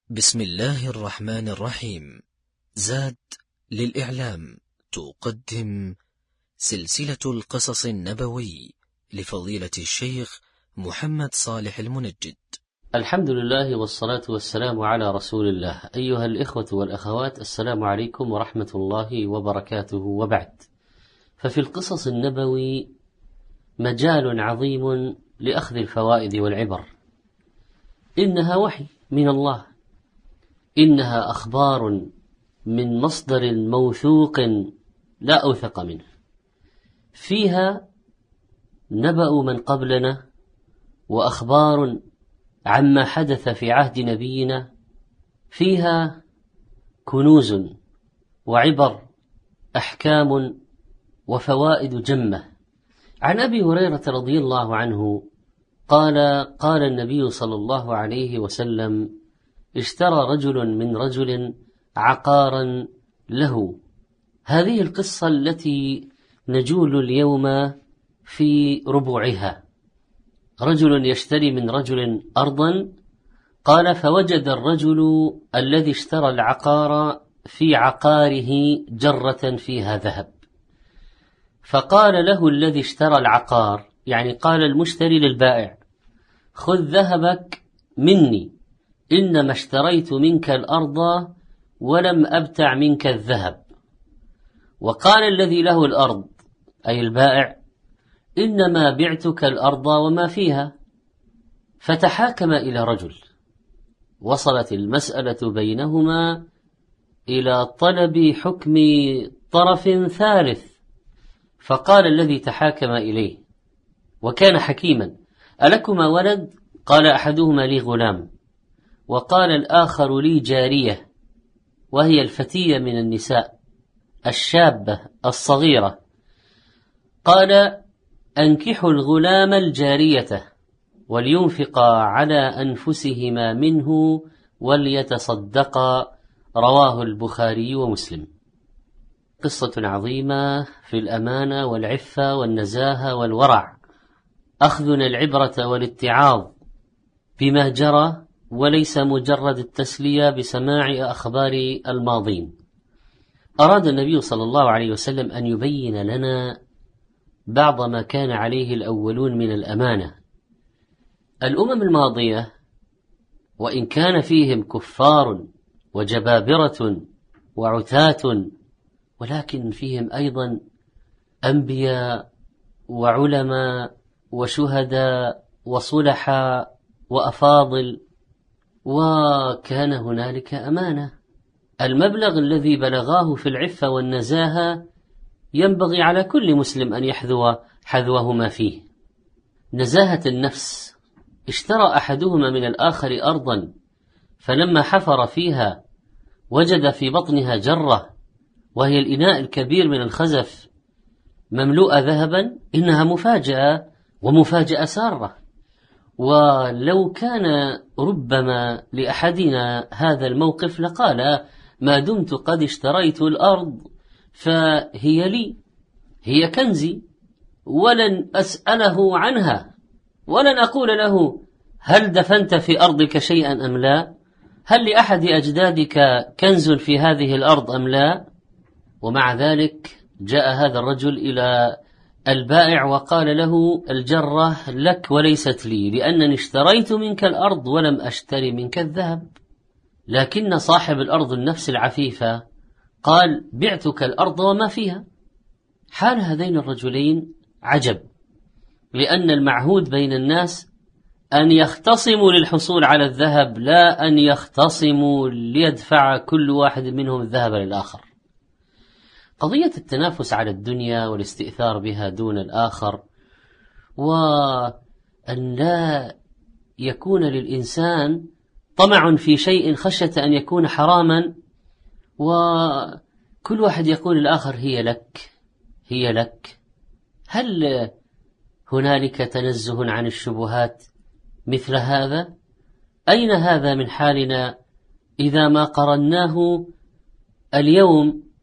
بسم الله الرحمن الرحيم. زاد للإعلام تقدم سلسلة القصص النبوي لفضيلة الشيخ محمد صالح المنجد. الحمد لله والصلاة والسلام على رسول الله. أيها الإخوة والأخوات، السلام عليكم ورحمة الله وبركاته. وبعد، ففي القصص النبوي مجال عظيم لأخذ الفوائد والعبر. إنها وحي من الله، إنها أخبار من مصدر موثوق لا أوثق منه، فيها نبأ من قبلنا وأخبار عما حدث في عهد نبينا، فيها كنوز وعبر، أحكام وفوائد جمة. عن أبي هريرة رضي الله عنه قال النبي صلى الله عليه وسلم: اشترى رجل من رجل عقارا له. هذه القصة التي نجول اليوم في ربوعها. رجل يشتري من رجل أرضا، قال: فوجد الرجل الذي اشترى العقار في عقاره جرة فيها ذهب، فقال له الذي اشترى العقار، يعني قال المشتري للبائع: خذ ذهبك مني، إنما اشتريت منك الأرض ولم أبتع منك الذهب. وقال الذي له الأرض أي البائع: إنما بعتك الأرض وما فيها. فتحاكم إلى رجل، وصلت المسألة بينهما إلى طلب حكم طرف ثالث. فقال الذي تحاكم إليه وكان حكيما: ألكما ولد؟ قال: أحدهما لي غلام، وقال الآخر لي جارية، وهي الفتية من النساء الشابة الصغيرة. قال: أنكحوا الغلام الجارية ولينفقا على أنفسهما منه وليتصدقا. رواه البخاري ومسلم. قصة عظيمة في الأمانة والعفة والنزاهة والورع، أخذنا العبرة والاتعاظ بما جرى، وليس مجرد التسلية بسماع أخبار الماضين. أراد النبي صلى الله عليه وسلم أن يبين لنا بعض ما كان عليه الأولون من الأمانة. الأمم الماضية وإن كان فيهم كفار وجبابرة وعتاة، ولكن فيهم أيضا أنبياء وعلماء وشهداء وصلحاء وأفاضل، وكان هنالك أمانة. المبلغ الذي بلغاه في العفة والنزاهة ينبغي على كل مسلم أن يحذو حذوهما فيه. نزاهة النفس. اشترى أحدهما من الآخر أرضا، فلما حفر فيها وجد في بطنها جرة، وهي الإناء الكبير من الخزف، مملوءة ذهبا. إنها مفاجأة، ومفاجأة سارة. ولو كان ربما لأحدنا هذا الموقف لقال: ما دمت قد اشتريت الأرض فهي لي، هي كنزي، ولن أسأله عنها، ولن أقول له: هل دفنت في أرضك شيئا أم لا؟ هل لأحد أجدادك كنز في هذه الأرض أم لا؟ ومع ذلك جاء هذا الرجل إلى البائع وقال له: الجرة لك وليست لي، لأنني اشتريت منك الأرض ولم أشتري منك الذهب. لكن صاحب الأرض النفس العفيفة قال: بعتك الأرض وما فيها. حال هذين الرجلين عجب، لأن المعهود بين الناس أن يختصموا للحصول على الذهب، لا أن يختصموا ليدفع كل واحد منهم الذهب للآخر. قضية التنافس على الدنيا والاستئثار بها دون الآخر، وأن لا يكون للإنسان طمع في شيء خشية أن يكون حراما، وكل واحد يقول الآخر: هي لك، هي لك. هل هنالك تنزه عن الشبهات مثل هذا؟ أين هذا من حالنا إذا ما قرناه اليوم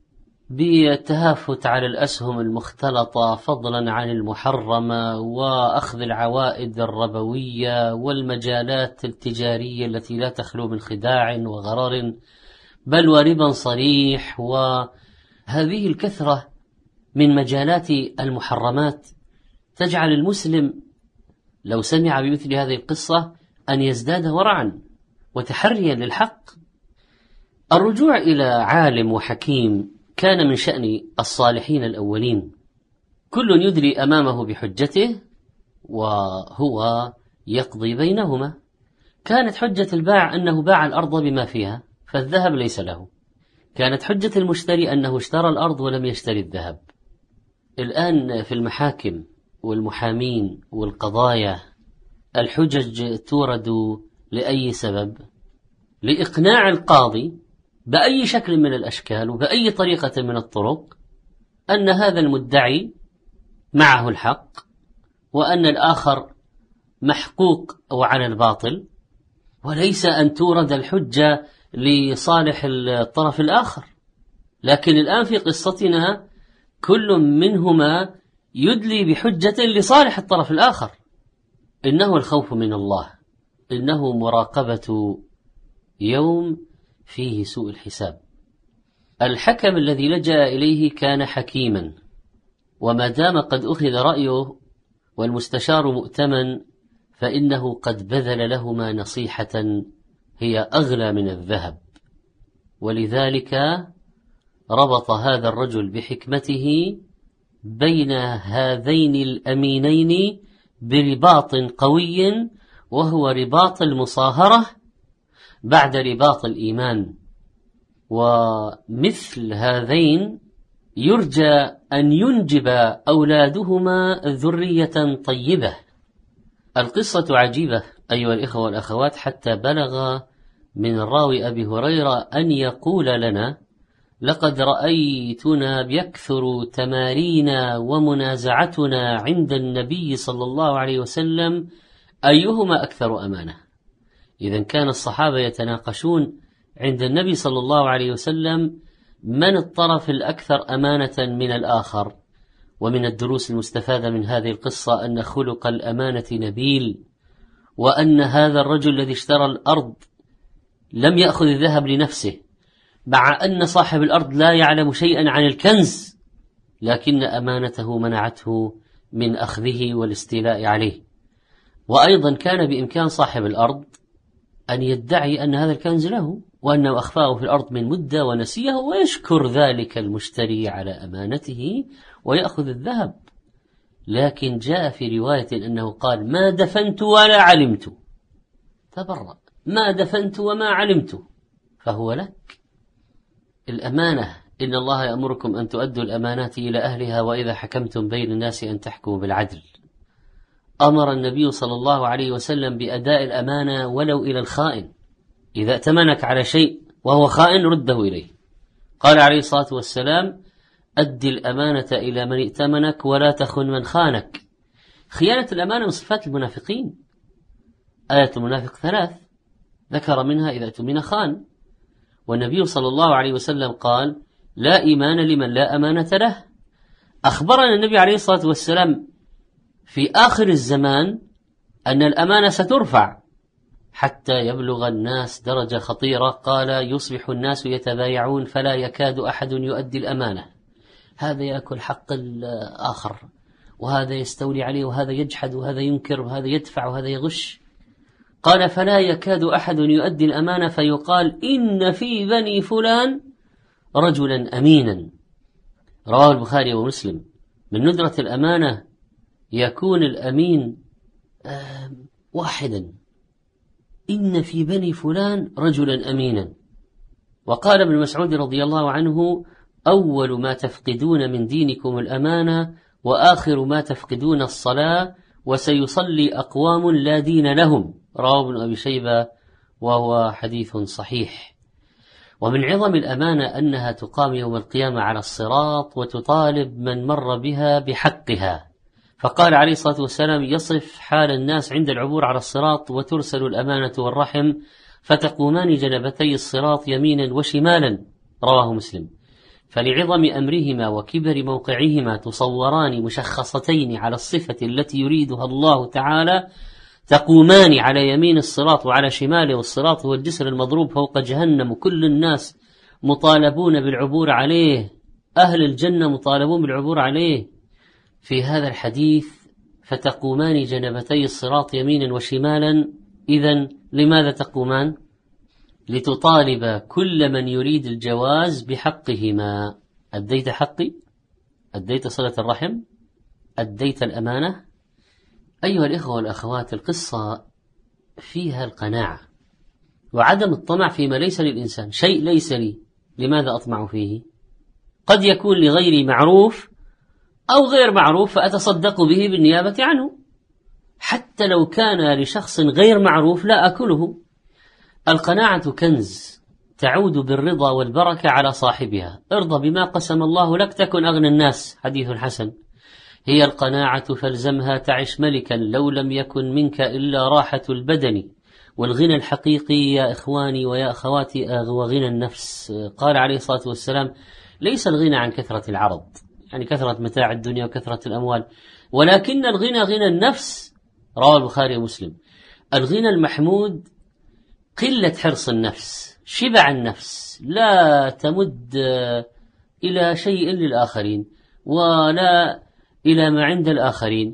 بالتهافت على الأسهم المختلطة فضلا عن المحرمة، وأخذ العوائد الربوية والمجالات التجارية التي لا تخلو من خداع وغرر بل وربا صريح. وهذه الكثرة من مجالات المحرمات تجعل المسلم لو سمع بمثل هذه القصة أن يزداد ورعا وتحريا للحق. الرجوع إلى عالم وحكيم كان من شأن الصالحين الأولين، كل يدلي أمامه بحجته وهو يقضي بينهما. كانت حجة البائع أنه باع الأرض بما فيها فالذهب ليس له، كانت حجة المشتري أنه اشترى الأرض ولم يشتري الذهب. الآن في المحاكم والمحامين والقضايا الحجج تورد لأي سبب؟ لإقناع القاضي بأي شكل من الأشكال وبأي طريقة من الطرق أن هذا المدعي معه الحق وأن الآخر محقوق أو على الباطل، وليس أن تورد الحجة لصالح الطرف الآخر. لكن الآن في قصتنا كل منهما يدلي بحجة لصالح الطرف الآخر. إنه الخوف من الله، إنه مراقبة يوم فيه سوء الحساب. الحكم الذي لجأ إليه كان حكيما، وما دام قد أخذ رأيه والمستشار مؤتمن فإنه قد بذل لهما نصيحة هي أغلى من الذهب. ولذلك ربط هذا الرجل بحكمته بين هذين الأمينين برباط قوي، وهو رباط المصاهرة بعد رباط الإيمان. ومثل هذين يرجى أن ينجب أولادهما ذرية طيبة. القصة عجيبة أيها الإخوة والأخوات، حتى بلغ من الراوي أبي هريرة أن يقول لنا: لقد رأيتنا يكثر تمارينا ومنازعتنا عند النبي صلى الله عليه وسلم أيهما أكثر أمانة. إذن كان الصحابة يتناقشون عند النبي صلى الله عليه وسلم من الطرف الأكثر أمانة من الآخر. ومن الدروس المستفادة من هذه القصة أن خلق الأمانة نبيل، وأن هذا الرجل الذي اشترى الأرض لم يأخذ الذهب لنفسه، مع أن صاحب الأرض لا يعلم شيئا عن الكنز، لكن أمانته منعته من أخذه والاستيلاء عليه. وأيضا كان بإمكان صاحب الأرض أن يدعي أن هذا الكنز له وأنه أخفاه في الأرض من مدة ونسيه، ويشكر ذلك المشتري على أمانته ويأخذ الذهب. لكن جاء في رواية أنه قال: ما دفنت ولا علمت، تبرأ، ما دفنت وما علمت، فهو لك. الأمانة، إن الله يأمركم أن تؤدوا الأمانات إلى أهلها وإذا حكمتم بين الناس أن تحكموا بالعدل. أمر النبي صلى الله عليه وسلم بأداء الأمانة ولو إلى الخائن. إذا ائتمنك على شيء وهو خائن رده إليه. قال عليه الصلاة والسلام: أدي الأمانة إلى من ائتمنك ولا تخن من خانك. خيانة الأمانة من صفات المنافقين. آية المنافق 3 ذكر منها إذا اؤتمن خان. والنبي صلى الله عليه وسلم قال: لا إيمان لمن لا أمانة له. أخبرنا النبي عليه الصلاة والسلام في آخر الزمان أن الأمانة سترفع حتى يبلغ الناس درجة خطيرة. قال: يصبح الناس يتبايعون فلا يكاد أحد يؤدي الأمانة، هذا يأكل حق الآخر، وهذا يستولي عليه، وهذا يجحد، وهذا ينكر، وهذا يدفع، وهذا يغش. قال: فلا يكاد أحد يؤدي الأمانة فيقال: إن في بني فلان رجلا أمينا. رواه البخاري ومسلم. من ندرة الأمانة يكون الأمين واحدا، إن في بني فلان رجلا أمينا. وقال ابن مسعود رضي الله عنه: أول ما تفقدون من دينكم الأمانة، وآخر ما تفقدون الصلاة، وسيصلي أقوام لا دين لهم. رواه ابن أبي شيبة وهو حديث صحيح. ومن عظم الأمانة أنها تقام يوم القيامة على الصراط وتطالب من مر بها بحقها. فقال عليه الصلاة والسلام: يصف حال الناس عند العبور على الصراط: وترسل الأمانة والرحم فتقومان جنبتي الصراط يمينا وشمالا. رواه مسلم. فلعظم أمرهما وكبر موقعهما تصوران مشخصتين على الصفة التي يريدها الله تعالى، تقومان على يمين الصراط وعلى شماله، والصراط هو الجسر المضروب فوق جهنم، وكل الناس مطالبون بالعبور عليه، أهل الجنة مطالبون بالعبور عليه. في هذا الحديث فتقومان جنبتي الصراط يمينا وشمالا. إذن لماذا تقومان؟ لتطالب كل من يريد الجواز بحقهما. أديت حقي؟ أديت صلة الرحم؟ أديت الأمانة؟ أيها الإخوة والأخوات، القصة فيها القناعة وعدم الطمع فيما ليس للإنسان. شيء ليس لي لماذا أطمع فيه؟ قد يكون لغيري معروف أو غير معروف فأتصدق به بالنيابة عنه، حتى لو كان لشخص غير معروف لا أكله. القناعة كنز تعود بالرضا والبركة على صاحبها. ارضى بما قسم الله لك تكن أغنى الناس، حديث حسن. هي القناعة فالزمها تعش ملكا، لو لم يكن منك إلا راحة البدن. والغنى الحقيقي يا إخواني ويا أخواتي هو غنى النفس. قال عليه الصلاة والسلام: ليس الغنى عن كثرة العرض، يعني كثرة متاع الدنيا وكثرة الأموال، ولكن الغنى غنى النفس. رواه البخاري ومسلم. الغنى المحمود قلة حرص النفس، شبع النفس، لا تمد إلى شيء للآخرين ولا إلى ما عند الآخرين.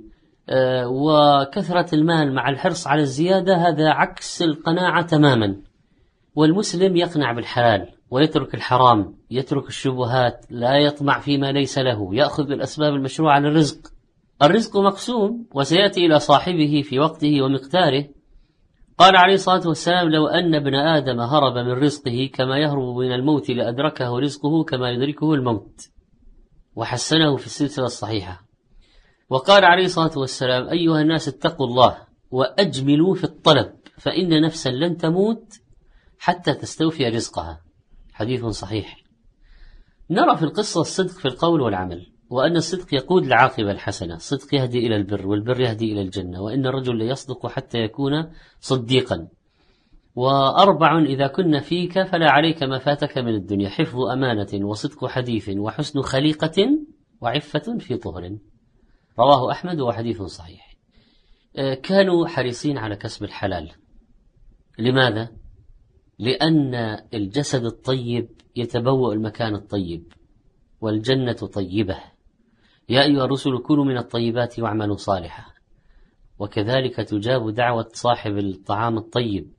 وكثرة المال مع الحرص على الزيادة هذا عكس القناعة تماما. والمسلم يقنع بالحلال ويترك الحرام، يترك الشبهات، لا يطمع فيما ليس له، يأخذ بالأسباب المشروعة للرزق. الرزق مقسوم وسيأتي إلى صاحبه في وقته ومقداره. قال عليه الصلاة والسلام: لو أن ابن آدم هرب من رزقه كما يهرب من الموت لأدركه رزقه كما يدركه الموت. وحسنه في السلسلة الصحيحة. وقال عليه الصلاة والسلام: أيها الناس اتقوا الله وأجملوا في الطلب، فإن نفسا لن تموت حتى تستوفي رزقها. حديث صحيح. نرى في القصة الصدق في القول والعمل، وأن الصدق يقود العاقبة الحسنة. الصدق يهدي إلى البر، والبر يهدي إلى الجنة، وإن الرجل ليصدق حتى يكون صديقا. وأربع إذا كن فيك فلا عليك ما فاتك من الدنيا: حفظ أمانة، وصدق حديث، وحسن خليقة، وعفة في طهر. رواه أحمد وحديث صحيح. كانوا حريصين على كسب الحلال. لماذا؟ لأن الجسد الطيب يتبوأ المكان الطيب، والجنة طيبة. يا أيها الرسل كلوا من الطيبات واعملوا صالحا. وكذلك تجاب دعوة صاحب الطعام الطيب.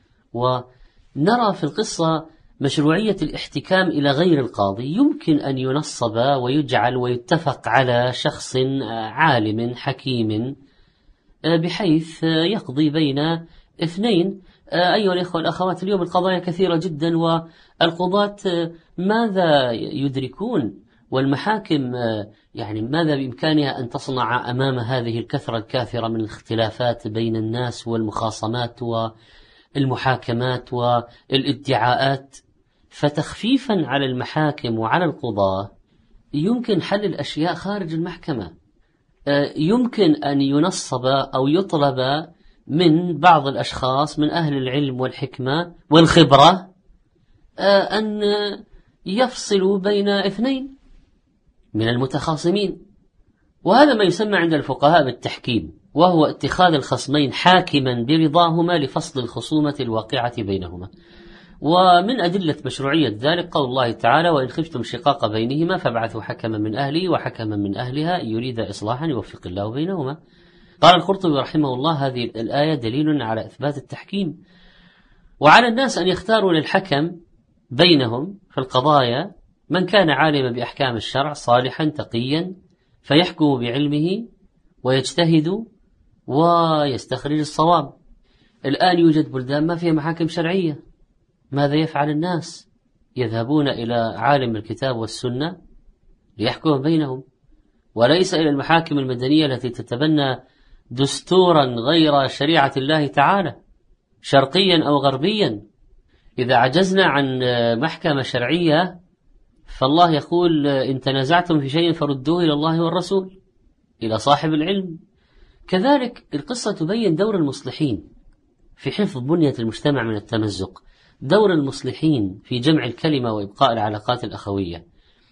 ونرى في القصة مشروعية الاحتكام إلى غير القاضي. يمكن أن ينصب ويجعل ويتفق على شخص عالم حكيم بحيث يقضي بين اثنين. أيها الإخوة والأخوات، اليوم القضايا كثيرة جدا، والقضاة ماذا يدركون؟ والمحاكم يعني ماذا بإمكانها أن تصنع أمام هذه الكثرة الكاثرة من الاختلافات بين الناس والمخاصمات والمحاكمات والادعاءات؟ فتخفيفا على المحاكم وعلى القضاة يمكن حل الأشياء خارج المحكمة. يمكن أن ينصب أو يطلب من بعض الأشخاص من أهل العلم والحكمة والخبرة أن يفصلوا بين اثنين من المتخاصمين، وهذا ما يسمى عند الفقهاء بالتحكيم، وهو اتخاذ الخصمين حاكما برضاهما لفصل الخصومة الواقعة بينهما. ومن أدلة مشروعية ذلك قول الله تعالى: وإن خفتم شقاق بينهما فابعثوا حكما من أهله وحكما من أهلها يريد إصلاحا يوفق الله بينهما. قال القرطبي رحمه الله: هذه الآية دليل على إثبات التحكيم، وعلى الناس أن يختاروا للحكم بينهم في القضايا من كان عالما بأحكام الشرع صالحا تقيا فيحكم بعلمه ويجتهد ويستخرج الصواب. الآن يوجد بلدان ما فيها محاكم شرعية. ماذا يفعل الناس؟ يذهبون إلى عالم الكتاب والسنة ليحكم بينهم، وليس إلى المحاكم المدنية التي تتبنى دستورا غير شريعة الله تعالى شرقيا أو غربيا. إذا عجزنا عن محكمة شرعية فالله يقول: إن تنازعتم في شيء فردوه إلى الله والرسول، إلى صاحب العلم. كذلك القصة تبين دور المصلحين في حفظ بنية المجتمع من التمزق، دور المصلحين في جمع الكلمة وإبقاء العلاقات الأخوية.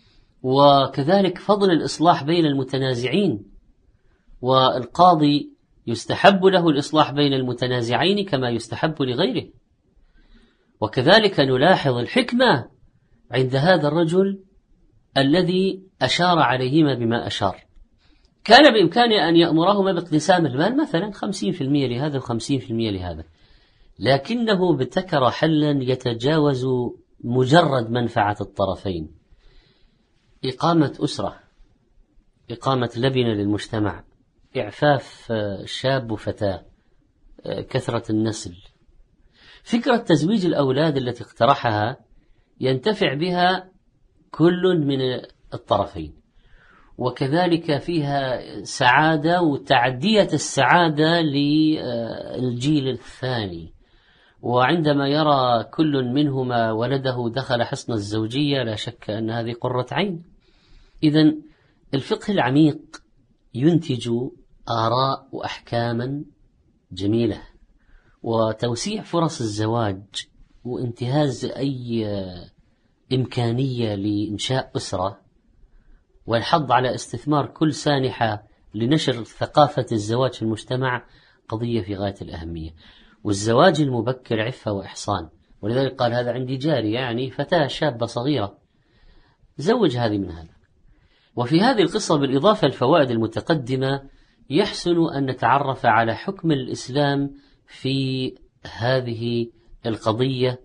وكذلك فضل الإصلاح بين المتنازعين، والقاضي يستحب له الإصلاح بين المتنازعين كما يستحب لغيره. وكذلك نلاحظ الحكمة عند هذا الرجل الذي أشار عليهما بما أشار. كان بإمكانه أن يأمرهما باقتسام المال مثلا 50% لهذا و50% لهذا، لكنه ابتكر حلا يتجاوز مجرد منفعة الطرفين: إقامة أسرة، إقامة لبنة للمجتمع، إعفاف شاب وفتاة، كثرة النسل. فكرة تزويج الأولاد التي اقترحها ينتفع بها كل من الطرفين، وكذلك فيها سعادة وتعدية السعادة للجيل الثاني. وعندما يرى كل منهما ولده دخل حصن الزوجية لا شك أن هذه قرة عين. إذن الفقه العميق ينتج آراء وأحكاما جميلة، وتوسيع فرص الزواج وانتهاز أي إمكانية لإنشاء أسرة، والحض على استثمار كل سانحة لنشر ثقافة الزواج في المجتمع قضية في غاية الأهمية. والزواج المبكر عفة وإحصان، ولذلك قال هذا عندي جارية، يعني فتاة شابة صغيرة، زوج هذه من هذا. وفي هذه القصة بالإضافة للفوائد المتقدمة يحسن أن نتعرف على حكم الإسلام في هذه القضية.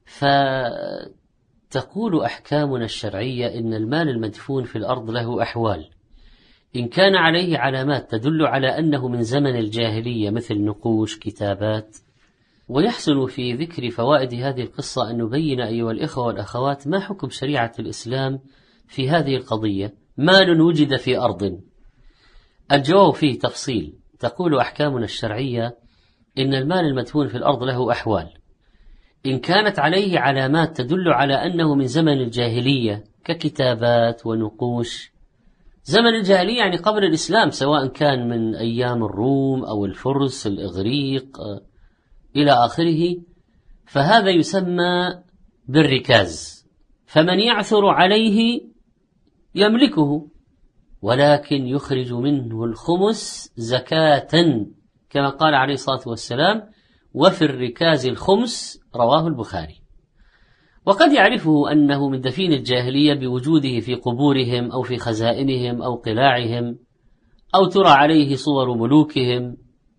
فتقول أحكامنا الشرعية إن المال المدفون في الأرض له أحوال: إن كان عليه علامات تدل على أنه من زمن الجاهلية مثل نقوش، كتابات. ويحسن في ذكر فوائد هذه القصة أن نبين أيها الإخوة والأخوات ما حكم شريعة الإسلام في هذه القضية: مال وجد في أرض. الجواب فيه تفصيل. تقول أحكامنا الشرعية إن المال المدفون في الأرض له أحوال: إن كانت عليه علامات تدل على أنه من زمن الجاهلية ككتابات ونقوش. زمن الجاهلية يعني قبل الإسلام، سواء كان من أيام الروم أو الفرس الإغريق إلى آخره، فهذا يسمى بالركاز. فمن يعثر عليه يملكه، ولكن يخرج منه الخمس زكاة كما قال عليه الصلاة والسلام: وفي الركاز الخمس، رواه البخاري. وقد يعرفه أنه من دفين الجاهلية بوجوده في قبورهم أو في خزائنهم أو قلاعهم، أو ترى عليه صور ملوكهم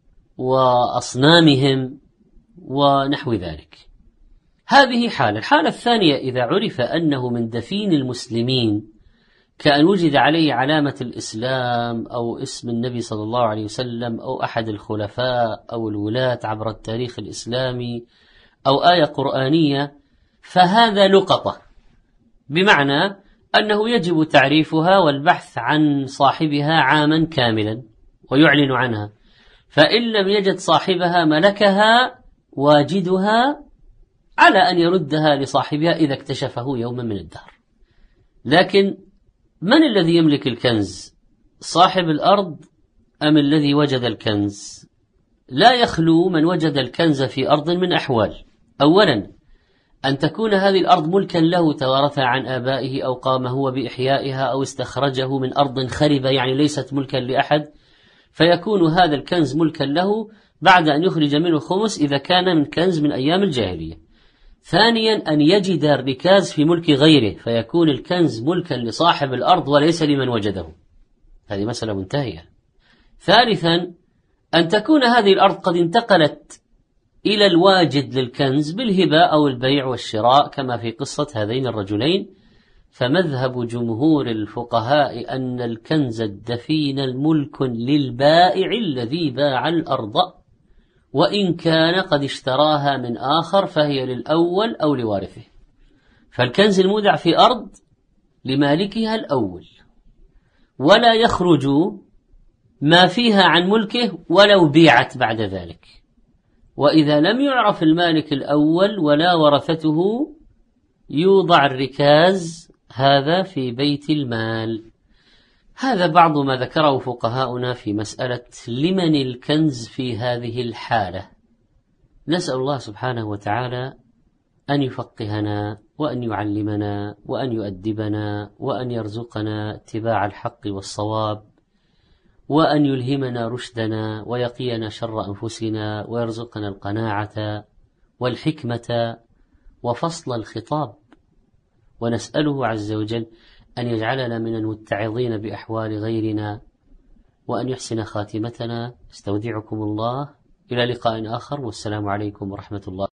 وأصنامهم ونحو ذلك. هذه حالة. الحالة الثانية: إذا عرف أنه من دفين المسلمين، كأن وجد عليه علامة الإسلام أو اسم النبي صلى الله عليه وسلم أو أحد الخلفاء أو الولاة عبر التاريخ الإسلامي أو آية قرآنية، فهذا لقطة، بمعنى أنه يجب تعريفها والبحث عن صاحبها عاما كاملا ويعلن عنها. فإن لم يجد صاحبها ملكها واجدها على أن يردها لصاحبها إذا اكتشفه يوما من الدهر. لكن من الذي يملك الكنز؟ صاحب الأرض أم الذي وجد الكنز؟ لا يخلو من وجد الكنز في أرض من أحوال: أولا أن تكون هذه الأرض ملكا له توارثها عن آبائه، أو قام هو بإحيائها، أو استخرجه من أرض خربة يعني ليست ملكا لأحد، فيكون هذا الكنز ملكا له بعد أن يخرج منه خمس إذا كان من كنز من أيام الجاهلية. ثانيا أن يجد الركاز في ملك غيره، فيكون الكنز ملكا لصاحب الأرض وليس لمن وجده. هذه مسألة منتهية. ثالثا أن تكون هذه الأرض قد انتقلت إلى الواجد للكنز بالهبة أو البيع والشراء كما في قصة هذين الرجلين. فمذهب جمهور الفقهاء أن الكنز الدفين الملك للبائع الذي باع الأرض، وإن كان قد اشتراها من آخر فهي للأول أو لوارثه. فالكنز المودع في أرض لمالكها الأول، ولا يخرج ما فيها عن ملكه ولو بيعت بعد ذلك. وإذا لم يعرف المالك الأول ولا ورثته يوضع الركاز هذا في بيت المال. هذا بعض ما ذكره فقهاؤنا في مسألة لمن الكنز في هذه الحالة. نسأل الله سبحانه وتعالى أن يفقهنا وأن يعلمنا وأن يؤدبنا وأن يرزقنا اتباع الحق والصواب، وأن يلهمنا رشدنا ويقينا شر أنفسنا، ويرزقنا القناعة والحكمة وفصل الخطاب. ونسأله عز وجل أن يجعلنا من المتعظين بأحوال غيرنا، وأن يحسن خاتمتنا. استودعكم الله، إلى لقاء آخر، والسلام عليكم ورحمة الله.